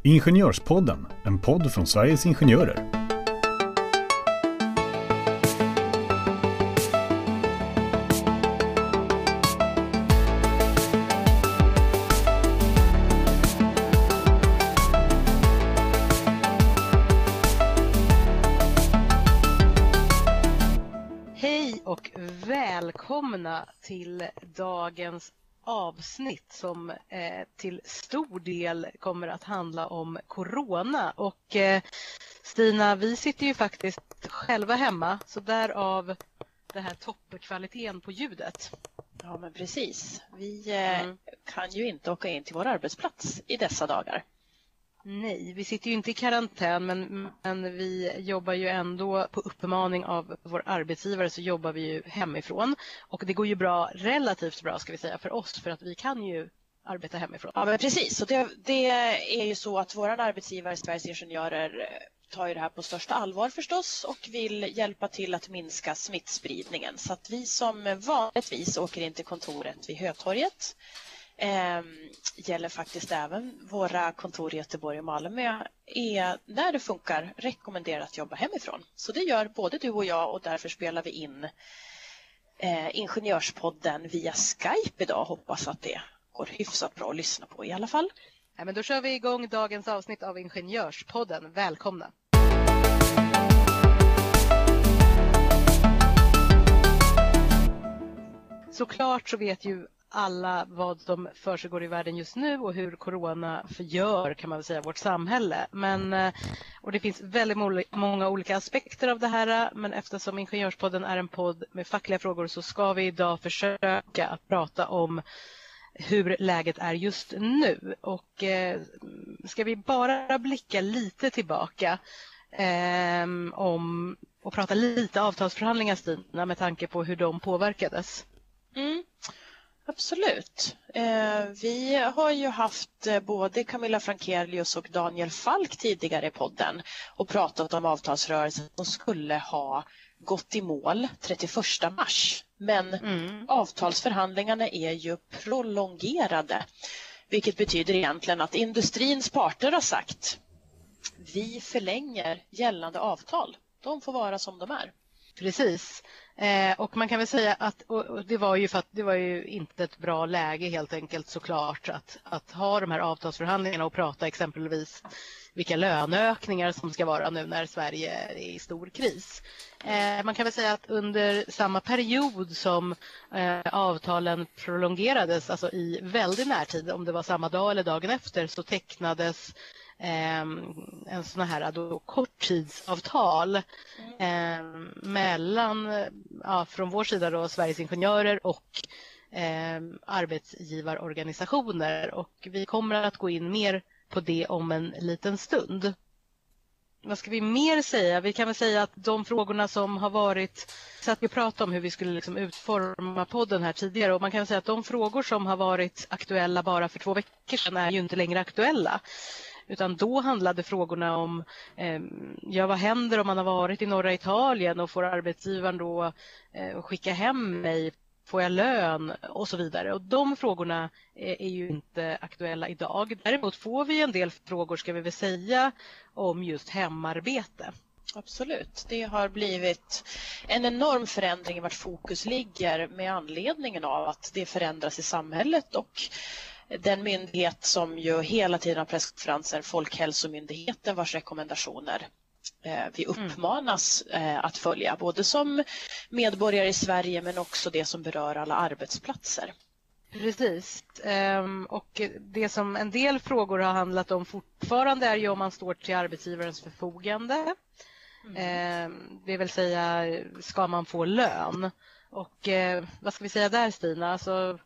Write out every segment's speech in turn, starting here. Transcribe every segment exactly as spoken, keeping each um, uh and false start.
Ingenjörspodden, en podd från Sveriges Ingenjörer. Hej och välkomna till dagens avsnitt som eh, till stor del kommer att handla om corona. Och eh, Stina, vi sitter ju faktiskt själva hemma, så därav det här toppkvaliteten på ljudet. Ja, men precis. Vi eh, Mm. kan ju inte åka in till vår arbetsplats i dessa dagar. Nej, vi sitter ju inte i karantän, men, men vi jobbar ju ändå på uppmaning av vår arbetsgivare, så jobbar vi ju hemifrån. Och det går ju bra, relativt bra ska vi säga, för oss, för att vi kan ju arbeta hemifrån. Ja, men precis. Så det, det är ju så att vår arbetsgivare, Sveriges Ingenjörer, tar ju det här på största allvar förstås och vill hjälpa till att minska smittspridningen. Så att vi som vanligtvis åker in till kontoret vid Hötorget, Eh, gäller faktiskt även våra kontor i Göteborg och Malmö, är när det funkar rekommenderat att jobba hemifrån. Så det gör både du och jag, och därför spelar vi in eh, Ingenjörspodden via Skype idag. Hoppas att det går hyfsat bra att lyssna på i alla fall. Ja, men då kör vi igång dagens avsnitt av Ingenjörspodden. Välkomna! Såklart så vet ju alla vad som försiggår i världen just nu och hur corona förgör, kan man väl säga, vårt samhälle. Men, och det finns väldigt många olika aspekter av det här, men eftersom Ingenjörspodden är en podd med fackliga frågor så ska vi idag försöka att prata om hur läget är just nu. Och eh, ska vi bara blicka lite tillbaka eh, om, och prata lite avtalsförhandlingar, Stina, med tanke på hur de påverkades. Mm. Absolut. Eh, vi har ju haft eh, både Camilla Frankelius och Daniel Falk tidigare i podden och pratat om avtalsrörelsen som skulle ha gått i mål trettioförsta mars. Men mm. avtalsförhandlingarna är ju prolongerade, vilket betyder egentligen att industrins parter har sagt: vi förlänger gällande avtal. De får vara som de är. Precis. Eh, och man kan väl säga att och, och det var ju för att det var ju inte ett bra läge helt enkelt, såklart, att, att ha de här avtalsförhandlingarna och prata exempelvis vilka löneökningar som ska vara nu när Sverige är i stor kris. Eh, man kan väl säga att under samma period som eh, avtalen prolongerades, alltså i väldigt närtid, om det var samma dag eller dagen efter, så tecknades en sån här då korttidsavtal eh, mellan ja, från vår sida då Sveriges Ingenjörer och eh, arbetsgivarorganisationer, och vi kommer att gå in mer på det om en liten stund. Vad ska vi mer säga? Vi kan väl säga att de frågorna som har varit, så att vi pratade om hur vi skulle liksom utforma podden här tidigare, och man kan säga att de frågor som har varit aktuella bara för två veckor sedan är ju inte längre aktuella. Utan då handlade frågorna om eh, ja, vad händer om man har varit i norra Italien och får arbetsgivaren då eh, skicka hem mig, får jag lön och så vidare. Och de frågorna är, är ju inte aktuella idag. Däremot får vi en del frågor, ska vi väl säga, om just hemarbete. Absolut. Det har blivit en enorm förändring i vart fokus ligger med anledningen av att det förändras i samhället, och den myndighet som ju hela tiden har presskonferenser, Folkhälsomyndigheten, vars rekommendationer eh, vi uppmanas eh, att följa, både som medborgare i Sverige men också det som berör alla arbetsplatser. Precis. Um, och det som en del frågor har handlat om fortfarande är ju om man står till arbetsgivarens förfogande. Mm. Um, det vill säga, ska man få lön? Och uh, vad ska vi säga där, Stina? Alltså,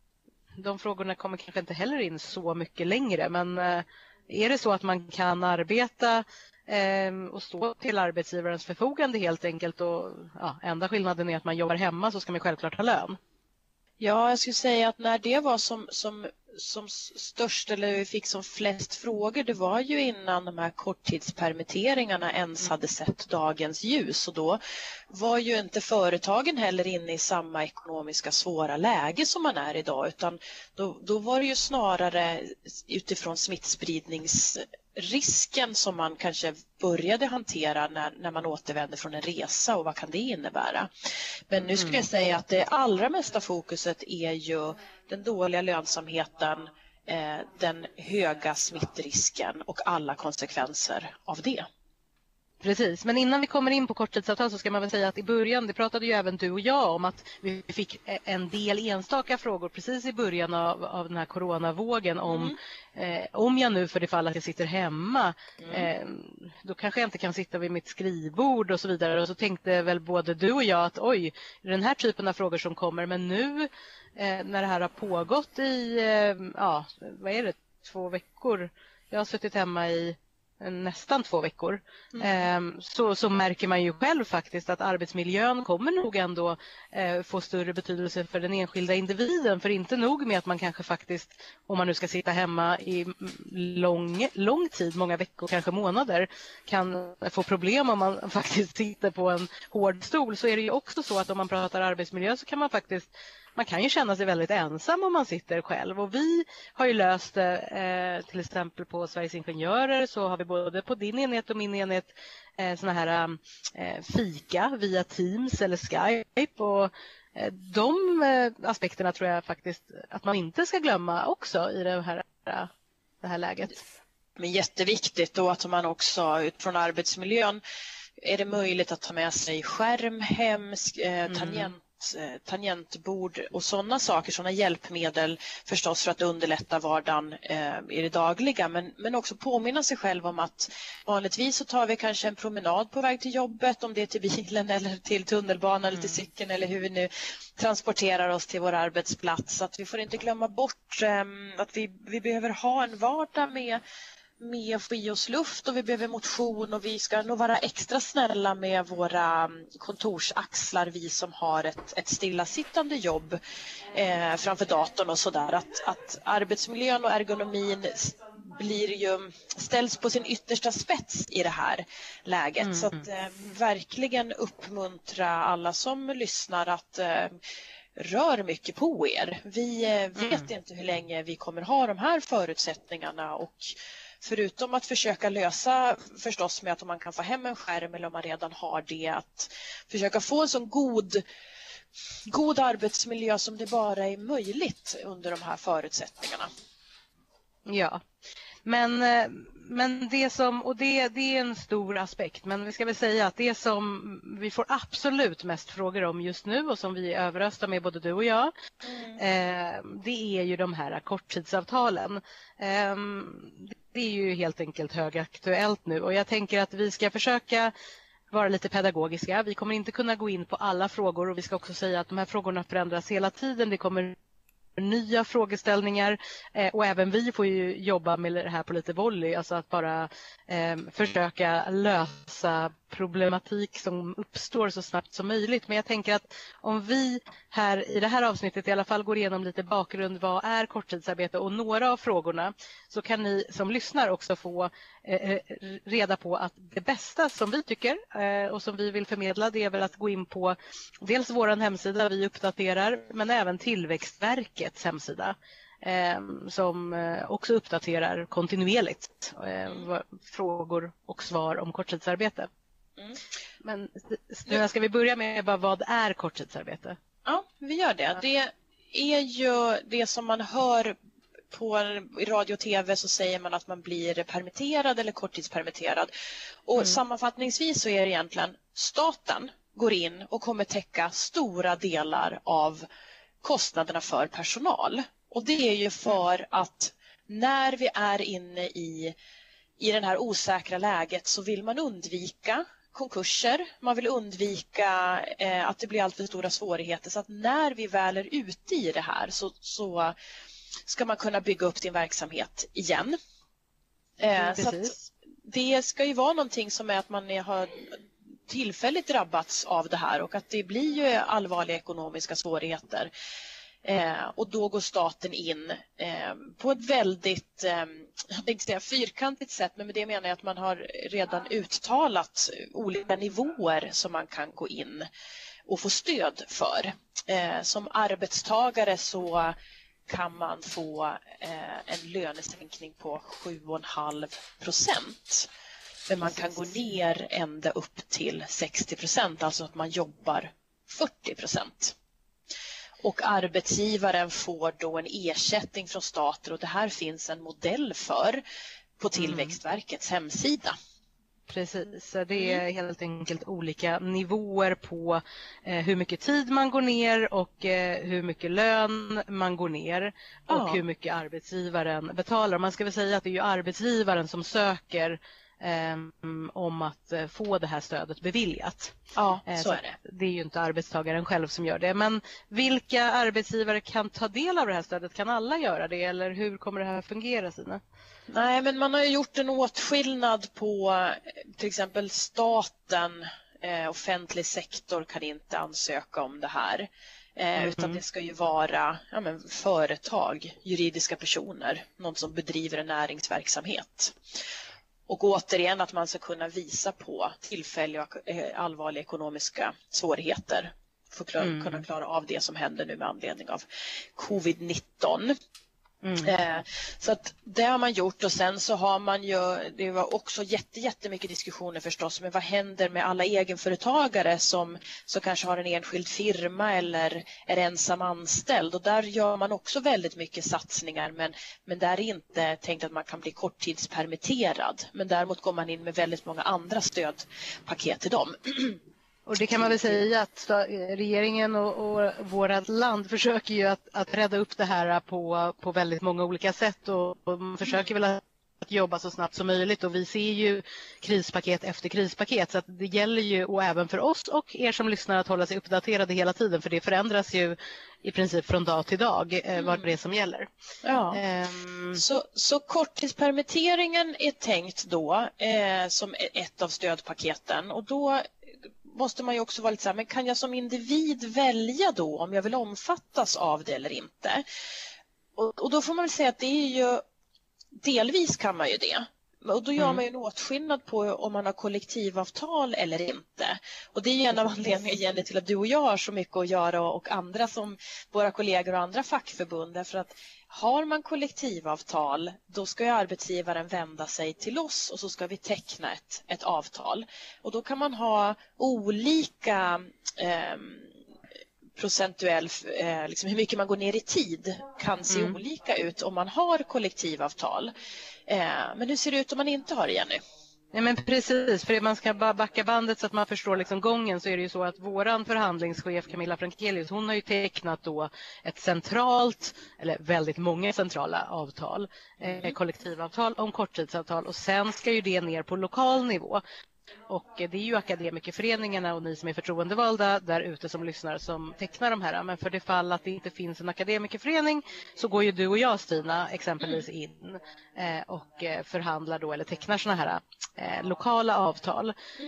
de frågorna kommer kanske inte heller in så mycket längre, men uh, är det så att man kan arbeta um, och stå till arbetsgivarens förfogande helt enkelt, och ja, enda skillnaden är att man jobbar hemma, så ska man självklart ha lön? Ja, jag skulle säga att när det var som, som, som störst, eller vi fick som flest frågor, det var ju innan de här korttidspermitteringarna ens hade sett dagens ljus. Och då var ju inte företagen heller inne i samma ekonomiska svåra läge som man är idag, utan då, då var det ju snarare utifrån smittspridnings risken som man kanske började hantera när, när man återvänder från en resa och vad kan det innebära. Men nu skulle jag säga att det allra mesta fokuset är ju den dåliga lönsamheten, eh, den höga smittrisken och alla konsekvenser av det. Precis, men innan vi kommer in på korttidsavtal så ska man väl säga att i början, det pratade ju även du och jag om att vi fick en del enstaka frågor precis i början av, av den här coronavågen om, mm. eh, om jag nu för det fall att jag sitter hemma, mm. eh, då kanske jag inte kan sitta vid mitt skrivbord och så vidare. Och så tänkte väl både du och jag att oj, den här typen av frågor som kommer, men nu eh, när det här har pågått i, eh, ja, vad är det, två veckor, jag har suttit hemma i nästan två veckor, mm. så, så märker man ju själv faktiskt att arbetsmiljön kommer nog ändå eh, få större betydelse för den enskilda individen. För inte nog med att man kanske faktiskt, om man nu ska sitta hemma i lång, lång tid, många veckor, kanske månader, kan få problem om man faktiskt sitter på en hård stol, så är det ju också så att om man pratar arbetsmiljö så kan man faktiskt Man kan ju känna sig väldigt ensam om man sitter själv, och vi har ju löst det eh, till exempel på Sveriges Ingenjörer, så har vi både på din enhet och min enhet eh, såna här eh, fika via Teams eller Skype, och eh, de eh, aspekterna tror jag faktiskt att man inte ska glömma också i det här, det här läget. Men jätteviktigt då att man också utifrån arbetsmiljön är det möjligt att ta med sig skärm hem, eh, tangent mm. tangentbord och sådana saker, sådana hjälpmedel förstås för att underlätta vardagen eh, i det dagliga, men, men också påminna sig själv om att vanligtvis så tar vi kanske en promenad på väg till jobbet, om det är till bilen eller till tunnelbanan mm. eller till cykeln eller hur vi nu transporterar oss till vår arbetsplats. Att vi får inte glömma bort eh, att vi, vi behöver ha en vardag med med att få i oss luft, och vi behöver motion, och vi ska nog vara extra snälla med våra kontorsaxlar, vi som har ett, ett stillasittande jobb eh, framför datorn och sådär. Att, att arbetsmiljön och ergonomin blir ju, ställs på sin yttersta spets i det här läget. Mm. Så att eh, verkligen uppmuntra alla som lyssnar att eh, rör mycket på er. Vi eh, vet mm. inte hur länge vi kommer ha de här förutsättningarna, och förutom att försöka lösa förstås med att om man kan få hem en skärm eller om man redan har det, att försöka få en så god, god arbetsmiljö som det bara är möjligt under de här förutsättningarna. Ja, men, men det som, och det, det är en stor aspekt, men vi ska väl säga att det som vi får absolut mest frågor om just nu och som vi överröstar med både du och jag, mm. eh, det är ju de här korttidsavtalen. Eh, det är ju helt enkelt högaktuellt nu, och jag tänker att vi ska försöka vara lite pedagogiska. Vi kommer inte kunna gå in på alla frågor, och vi ska också säga att de här frågorna förändras hela tiden. Det kommer nya frågeställningar, eh, och även vi får ju jobba med det här på lite volley, alltså att bara eh, försöka lösa problematik som uppstår så snabbt som möjligt. Men jag tänker att om vi här i det här avsnittet i alla fall går igenom lite bakgrund, vad är korttidsarbete, och några av frågorna, så kan ni som lyssnar också få eh, reda på att det bästa som vi tycker eh, och som vi vill förmedla, det är väl att gå in på dels våran hemsida vi uppdaterar, men även Tillväxtverkets hemsida eh, som eh, också uppdaterar kontinuerligt eh, frågor och svar om korttidsarbete. Mm. Men nu ska vi börja med bara, vad är korttidsarbete? Ja, vi gör det. Det är ju det som man hör på i radio och tv, så säger man att man blir permitterad eller korttidspermitterad. Och mm. sammanfattningsvis så är det egentligen staten går in och kommer täcka stora delar av kostnaderna för personal. Och det är ju för att när vi är inne i, i det här osäkra läget så vill man undvika konkurser, man vill undvika eh, att det blir allt för stora svårigheter, så att när vi väl är ute i det här så, så ska man kunna bygga upp din verksamhet igen. Eh, så att det ska ju vara någonting som är att man är, har tillfälligt drabbats av det här, och att det blir ju allvarliga ekonomiska svårigheter. Eh, och då går staten in eh, på ett väldigt eh, jag tänkte säga fyrkantigt sätt, men med det menar jag att man har redan uttalat olika nivåer som man kan gå in och få stöd för. Eh, som arbetstagare så kan man få eh, en lönesänkning på sju komma fem procent. Men man kan gå ner ända upp till sextio procent, alltså att man jobbar fyrtio procent. Och arbetsgivaren får då en ersättning från staten, och det här finns en modell för på Tillväxtverkets mm. hemsida. Precis, så det är helt enkelt olika nivåer på eh, hur mycket tid man går ner och eh, hur mycket lön man går ner och ja. hur mycket arbetsgivaren betalar. Man ska väl säga att det är ju arbetsgivaren som söker eh, om att eh, få det här stödet beviljat. Ja, så, eh, så är det. Det är ju inte arbetstagaren själv som gör det. Men vilka arbetsgivare kan ta del av det här stödet? Kan alla göra det, eller hur kommer det här fungera, Sina? Nej, men man har ju gjort en åtskillnad på till exempel staten, eh, offentlig sektor kan inte ansöka om det här. Eh, mm. Utan det ska ju vara ja, men företag, juridiska personer, någon som bedriver en näringsverksamhet. Och återigen att man ska kunna visa på tillfälliga och eh, allvarliga ekonomiska svårigheter för att klara, mm. kunna klara av det som händer nu med anledning av covid nitton. Mm. Eh, så att det har man gjort, och sen så har man ju, det var också jätte, jättemycket diskussioner förstås, men vad händer med alla egenföretagare som, som kanske har en enskild firma eller är ensam anställd, och där gör man också väldigt mycket satsningar, men, men där är inte tänkt att man kan bli korttidspermitterad, men däremot går man in med väldigt många andra stödpaket till dem. Och det kan man väl säga att regeringen och, och vårt land försöker ju att, att rädda upp det här på, på väldigt många olika sätt, och, och man försöker väl att jobba så snabbt som möjligt, och vi ser ju krispaket efter krispaket, så att det gäller ju, och även för oss och er som lyssnar, att hålla sig uppdaterade hela tiden, för det förändras ju i princip från dag till dag eh, mm. vad det är som gäller. Ja. Um... Så, så korttidspermitteringen är tänkt då eh, som ett av stödpaketen, och då måste man ju också vara lite så här, men kan jag som individ välja då om jag vill omfattas av det eller inte? Och, och då får man väl säga att det är ju, delvis kan man ju det. Och då gör mm. man ju en åtskillnad på om man har kollektivavtal eller inte. Och det är en av anledningarna till att du och jag har så mycket att göra, och andra som våra kollegor och andra fackförbund. Därför att har man kollektivavtal, då ska ju arbetsgivaren vända sig till oss, och så ska vi teckna ett, ett avtal. Och då kan man ha olika eh, procentuell, eh, liksom hur mycket man går ner i tid kan se mm. olika ut om man har kollektivavtal. Eh, men hur ser det ut om man inte har det, Jenny? Ja, men precis, för man ska bara backa bandet så att man förstår liksom gången, så är det ju så att våran förhandlingschef Camilla Frankelius, hon har ju tecknat då ett centralt, eller väldigt många centrala avtal, mm. eh, kollektivavtal om korttidsavtal, och sen ska ju det ner på lokal nivå. Och det är ju akademikerföreningarna och ni som är förtroendevalda där ute som lyssnar som tecknar de här. Men för det fall att det inte finns en akademikerförening så går ju du och jag, Stina, exempelvis in eh, och förhandlar då, eller tecknar såna här eh, lokala avtal.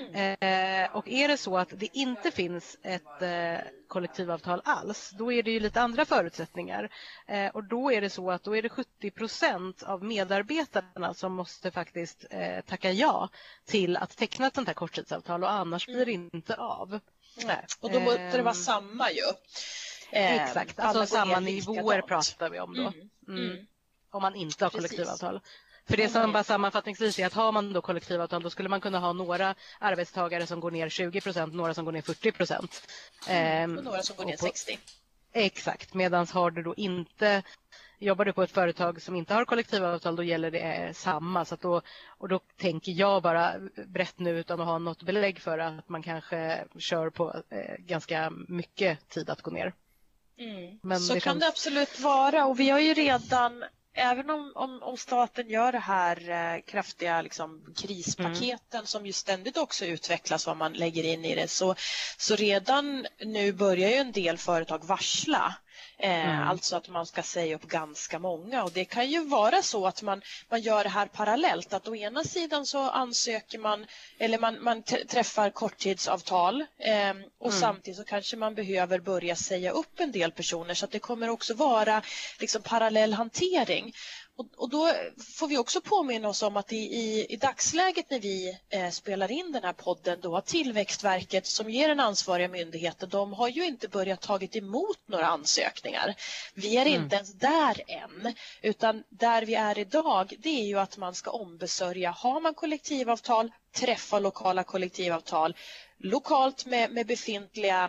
Eh, och är det så att det inte finns ett eh, kollektivavtal alls, då är det ju lite andra förutsättningar. Eh, och då är det så att då är det sjuttio procent av medarbetarna som måste faktiskt eh, tacka ja till att teckna ett sånt här korttidsavtal, och annars blir det inte av. Nej. Och då måste det vara samma ju. Eh, Exakt, alltså samma nivåer pratar vi om då. Mm. Mm. Mm. Om man inte har Precis. kollektivavtal. För det som bara sammanfattningsvis är att har man då kollektivavtal, då skulle man kunna ha några arbetstagare som går ner tjugo procent, några som går ner fyrtio procent. Mm. Och några som går ner sextio. Exakt, medan har du då inte, jobbar du på ett företag som inte har kollektivavtal, då gäller det samma. Så att då, och då tänker jag bara brett nu utan att ha något belägg för att man kanske kör på eh, ganska mycket tid att gå ner. Mm. Men så det kan det absolut vara, och vi har ju redan, även om, om, om staten gör det här eh, kraftiga liksom, krispaketen mm. som ju ständigt också utvecklas vad man lägger in i det, så, så redan nu börjar ju en del företag varsla. Eh, mm. Alltså att man ska säga upp ganska många, och det kan ju vara så att man, man gör det här parallellt, att å ena sidan så ansöker man eller man, man träffar korttidsavtal eh, och mm. samtidigt så kanske man behöver börja säga upp en del personer, så att det kommer också vara liksom parallell hantering. Och, och då får vi också påminna oss om att i, i, i dagsläget när vi eh, spelar in den här podden då har Tillväxtverket som ger den ansvariga myndigheten, de har ju inte börjat tagit emot några ansökningar. Vi är mm. inte ens där än, utan där vi är idag det är ju att man ska ombesörja, har man kollektivavtal, träffa lokala kollektivavtal lokalt med, med befintliga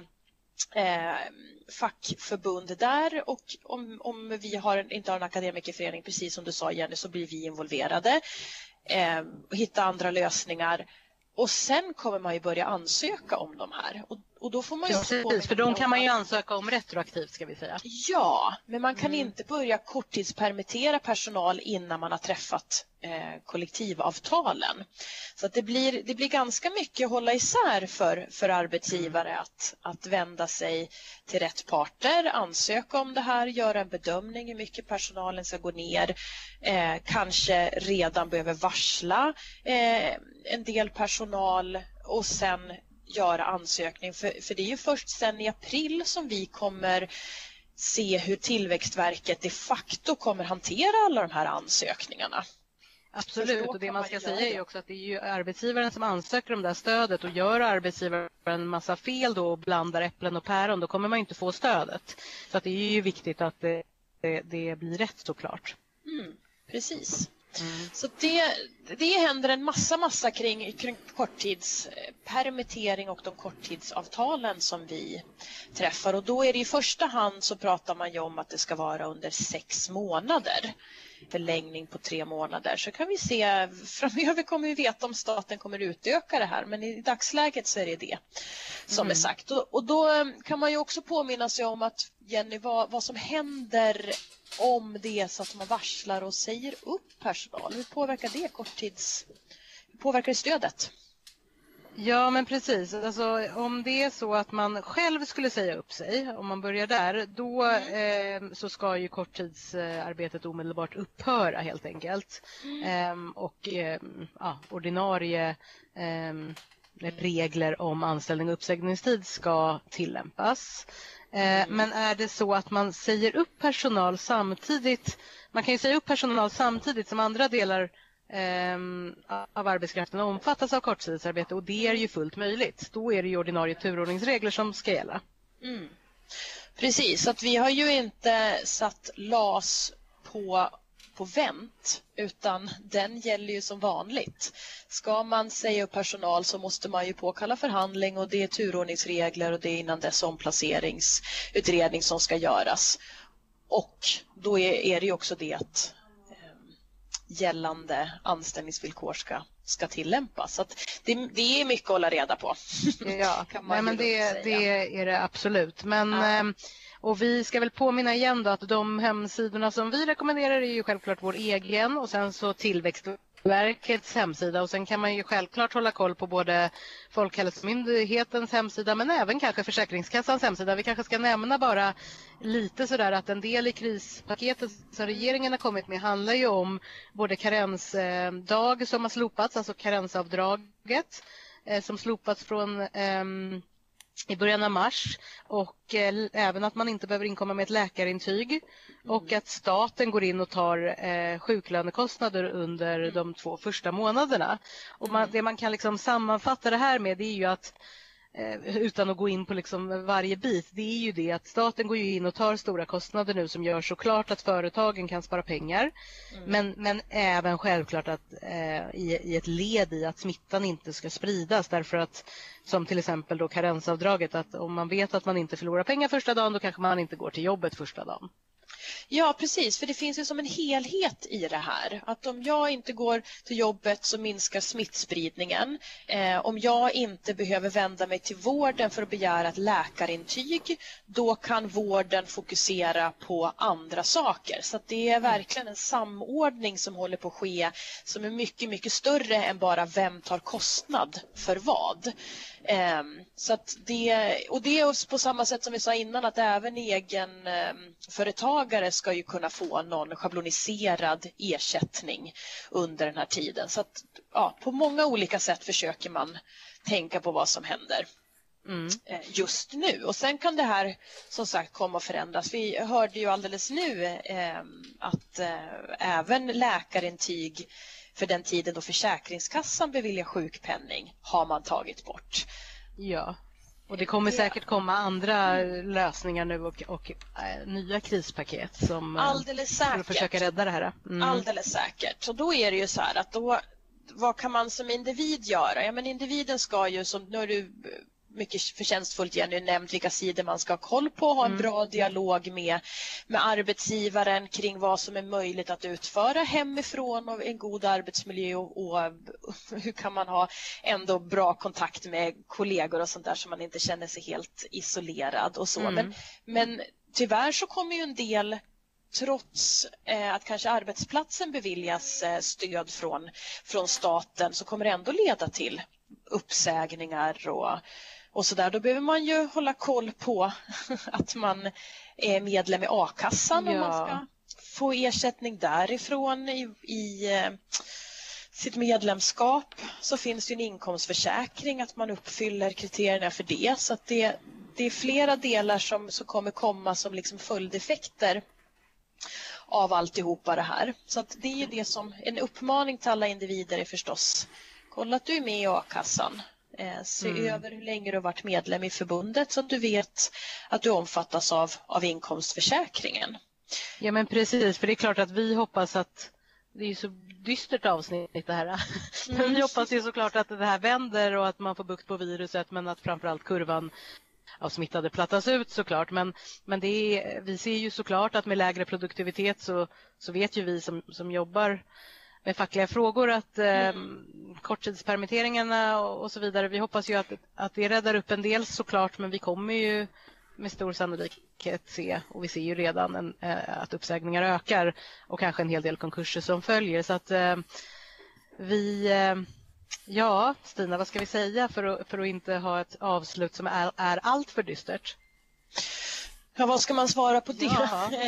eh, fackförbund där, och om, om vi har en, inte har en akademikerförening, precis som du sa Jenny, så blir vi involverade eh, och hitta andra lösningar. Och sen kommer man ju börja ansöka om de här. Och, och då får man ju Precis, för de kan man ju ansöka om retroaktivt, ska vi säga. Ja, men man kan mm. inte börja korttidspermittera personal innan man har träffat eh, kollektivavtalen. Så att det blir, det blir ganska mycket att hålla isär för, för arbetsgivare mm. att, att vända sig till rätt parter, ansöka om det här, göra en bedömning hur mycket personalen ska gå ner. Eh, kanske redan behöver varsla eh, en del personal och sen göra ansökning. För, för det är ju först sen i april som vi kommer se hur Tillväxtverket de facto kommer hantera alla de här ansökningarna. Absolut, och det man ska säga är ju också att det är ju arbetsgivaren som ansöker om det här stödet, och gör arbetsgivaren en massa fel då och blandar äpplen och päron, då kommer man inte få stödet. Så att det är ju viktigt att det, det, det blir rätt såklart. Mm, precis. Mm. Så det, det händer en massa massa kring, kring korttidspermittering och de korttidsavtalen som vi träffar. Och då är det i första hand så pratar man ju om att det ska vara under sex månader. Förlängning på tre månader. Så kan vi se, framöver kommer vi veta om staten kommer utöka det här. Men i dagsläget så är det det som mm. är sagt. Och, och då kan man ju också påminna sig om att Jenny, vad, vad som händer om det är så att man varslar och säger upp personal. Hur påverkar det korttids... Hur påverkar det stödet? Ja, men precis. Alltså, om det är så att man själv skulle säga upp sig, om man börjar där, då mm. eh, så ska ju korttidsarbetet omedelbart upphöra helt enkelt. Mm. Eh, och eh, ja, ordinarie eh, regler om anställning och uppsägningstid ska tillämpas. Mm. Men är det så att man säger upp personal samtidigt, man kan ju säga upp personal samtidigt som andra delar eh, av arbetskraften omfattas av korttidsarbete, och det är ju fullt möjligt. Då är det ju ordinarie turordningsregler som ska gälla. Mm. Precis, att vi har ju inte satt L A S på, på vänt, utan den gäller ju som vanligt. Ska man säga upp personal så måste man ju påkalla förhandling, och det är turordningsregler och det är innan dess omplaceringsutredning som ska göras. Och då är, är det ju också det att eh, gällande anställningsvillkor ska, ska tillämpas. Så att det, det är mycket att hålla reda på. Ja, kan man Nej, men det, det är det absolut. Men... Ja. Eh, Och vi ska väl påminna igen då att de hemsidorna som vi rekommenderar är ju självklart vår egen, och sen så Tillväxtverkets hemsida, och sen kan man ju självklart hålla koll på både Folkhälsomyndighetens hemsida men även kanske Försäkringskassans hemsida. Vi kanske ska nämna bara lite sådär att en del i krispaketet som regeringen har kommit med handlar ju om både karensdag som har slopats, alltså karensavdraget som slopats från um, i början av mars, och eh, även att man inte behöver inkomma med ett läkarintyg, mm. och att staten går in och tar eh, sjuklönekostnader under mm. de två första månaderna. Och man, det man kan liksom sammanfatta det här med, det är ju att eh, utan att gå in på liksom varje bit, det är ju det att staten går ju in och tar stora kostnader nu som gör så klart att företagen kan spara pengar, mm. men, men även självklart att eh, i, i ett led i att smittan inte ska spridas, därför att som till exempel då karensavdraget, att om man vet att man inte förlorar pengar första dagen, då kanske man inte går till jobbet första dagen. Ja, precis. För det finns ju som en helhet i det här. Att om jag inte går till jobbet så minskar smittspridningen. Eh, om jag inte behöver vända mig till vården för att begära ett läkarintyg, då kan vården fokusera på andra saker. Så att det är verkligen en samordning som håller på att ske, som är mycket, mycket större än bara vem tar kostnad för vad. Eh, så att det, och det är på samma sätt som vi sa innan, att även egen eh, företagare ska ju kunna få någon schabloniserad ersättning under den här tiden. Så att ja, på många olika sätt försöker man tänka på vad som händer. mm. just nu. Och sen kan det här som sagt komma att förändras. Vi hörde ju alldeles nu eh, att eh, även läkarintyg för den tiden då Försäkringskassan beviljar sjukpenning har man tagit bort. Ja, och det kommer säkert komma andra lösningar nu och, och äh, nya krispaket som alldeles säkert. För att försöka rädda det här. Mm. Alldeles säkert. Och då är det ju så här att då, vad kan man som individ göra? Ja, men individen ska ju, som nu har du mycket förtjänstfullt Jenny nämnt vilka sidor man ska ha koll på, ha en mm. bra dialog med, med arbetsgivaren kring vad som är möjligt att utföra hemifrån och en god arbetsmiljö och, och hur kan man ha ändå bra kontakt med kollegor och sånt där så man inte känner sig helt isolerad och så. Mm. Men, men tyvärr så kommer ju en del trots eh, att kanske arbetsplatsen beviljas eh, stöd från, från staten så kommer det ändå leda till uppsägningar och Och så där, då behöver man ju hålla koll på att man är medlem i a-kassan. Ja. Om man ska få ersättning därifrån i, i eh, sitt medlemskap. Så finns det en inkomstförsäkring, att man uppfyller kriterierna för det. Så att det, det är flera delar som, som kommer komma som liksom följdeffekter av alltihopa det här. Så att det är det som en uppmaning till alla individer är förstås. Kolla att du är med i a-kassan. Se mm. över hur länge du har varit medlem i förbundet så att du vet att du omfattas av, av inkomstförsäkringen. Ja men precis, för det är klart att vi hoppas att det är så dystert avsnitt det här. Mm. Men vi hoppas ju såklart att det här vänder och att man får bukt på viruset, men att framförallt kurvan av smittade plattas ut såklart. Men, men det är, vi ser ju såklart att med lägre produktivitet så, så vet ju vi som, som jobbar med fackliga frågor att eh, mm. korttidspermitteringarna och, och så vidare, vi hoppas ju att, att det räddar upp en del såklart, men vi kommer ju med stor sannolikhet se, och vi ser ju redan en, eh, att uppsägningar ökar och kanske en hel del konkurser som följer. Så att eh, vi, eh, ja Stina, vad ska vi säga för att, för att inte ha ett avslut som är, är allt för dystert? Ja, vad ska man svara på det?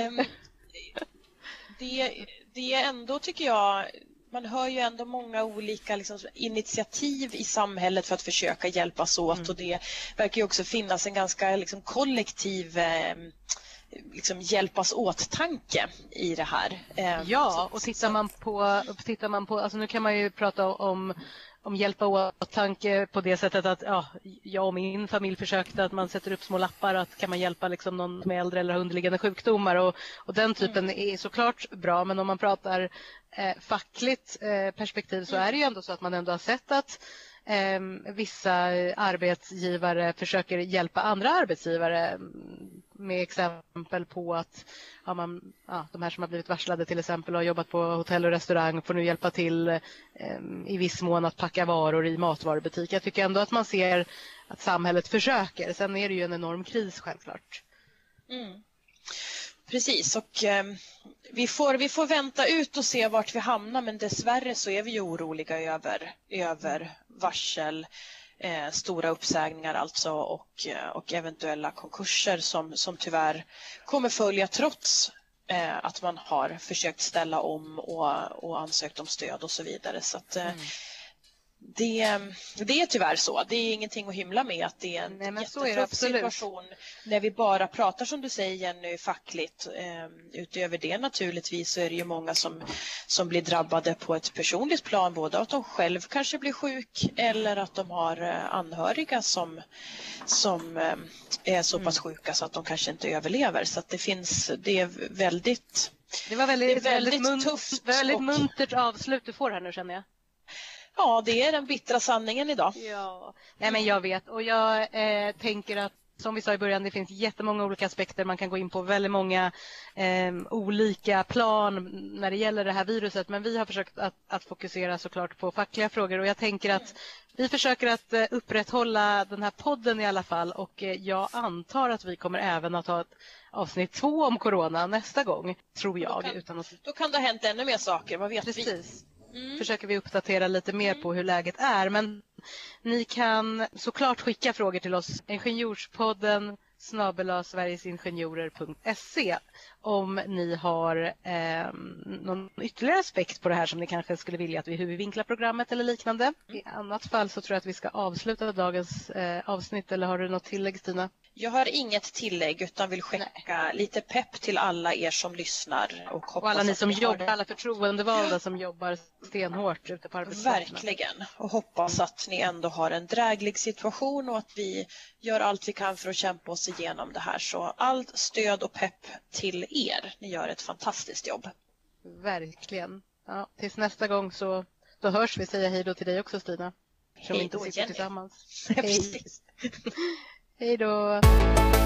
det, det är ändå, tycker jag, man hör ju ändå många olika liksom, initiativ i samhället för att försöka hjälpas åt. Mm. Och det verkar ju också finnas en ganska liksom, kollektiv eh, liksom, hjälpas åt-tanke i det här. Eh, ja, och tittar man på, tittar man på alltså nu kan man ju prata om om hjälpa åt-tanke på det sättet att ja, jag och min familj försökte att man sätter upp små lappar att kan man hjälpa liksom någon med äldre eller underliggande sjukdomar och, och den typen mm. är såklart bra, men om man pratar eh, fackligt eh, perspektiv så är det ju ändå så att man ändå har sett att eh, vissa arbetsgivare försöker hjälpa andra arbetsgivare med exempel på att ja, man, ja, de här som har blivit varslade till exempel och har jobbat på hotell och restaurang får nu hjälpa till eh, i viss mån att packa varor i matvarubutik. Jag tycker ändå att man ser att samhället försöker. Sen är det ju en enorm kris självklart. Mm. Precis, och eh, vi, får, vi får vänta ut och se vart vi hamnar, men dessvärre så är vi ju oroliga över, över varsel, eh, stora uppsägningar alltså och, och eventuella konkurser som, som tyvärr kommer följa trots eh, att man har försökt ställa om och, och ansökt om stöd och så vidare. Så att, eh, mm. Det, det är tyvärr så. Det är ingenting att hymla med att det är en Nej, jättetuff situation när vi bara pratar som du säger Jenny fackligt. Utöver det naturligtvis så är det ju många som, som blir drabbade på ett personligt plan, både att de själv kanske blir sjuk eller att de har anhöriga som, som är så pass sjuka så att de kanske inte överlever. Så att det finns, det är väldigt Det var väldigt, det är väldigt, väldigt, tufft väldigt och... muntert avslut du får här nu känner jag. Ja, det är den bittra sanningen idag. Ja, nej men jag vet och jag eh, tänker att som vi sa i början, det finns jättemånga olika aspekter. Man kan gå in på väldigt många eh, olika plan när det gäller det här viruset. Men vi har försökt att, att fokusera såklart på fackliga frågor. Och jag tänker att vi försöker att eh, upprätthålla den här podden i alla fall. Och eh, jag antar att vi kommer även att ha ett avsnitt två om corona nästa gång, tror jag. Då kan, utan att... då kan det ha hänt ännu mer saker, vad vet Precis. vi? Mm. Försöker vi uppdatera lite mer på hur läget är. Men ni kan såklart skicka frågor till oss. Ingenjorspodden snabel-a sverigesingenjorer punkt se. om ni har eh, någon ytterligare aspekt på det här som ni kanske skulle vilja att vi huvudvinklar programmet eller liknande. I annat fall så tror jag att vi ska avsluta dagens eh, avsnitt. Eller har du något tillägg, Stina? Jag har inget tillägg utan vill skicka Nej. lite pepp till alla er som lyssnar. Och, hoppas och alla ni som ni jobbar, alla förtroendevalda som jobbar stenhårt ute på arbetsplatserna. Verkligen. Och hoppas att ni ändå har en dräglig situation och att vi gör allt vi kan för att kämpa oss igenom det här. Så allt stöd och pepp till er. Ni gör ett fantastiskt jobb. Verkligen. Ja, tills nästa gång så då hörs vi. Säga hej då till dig också, Stina. Som Hej inte då, sitter Jenny. Tillsammans. Hej. Hej då.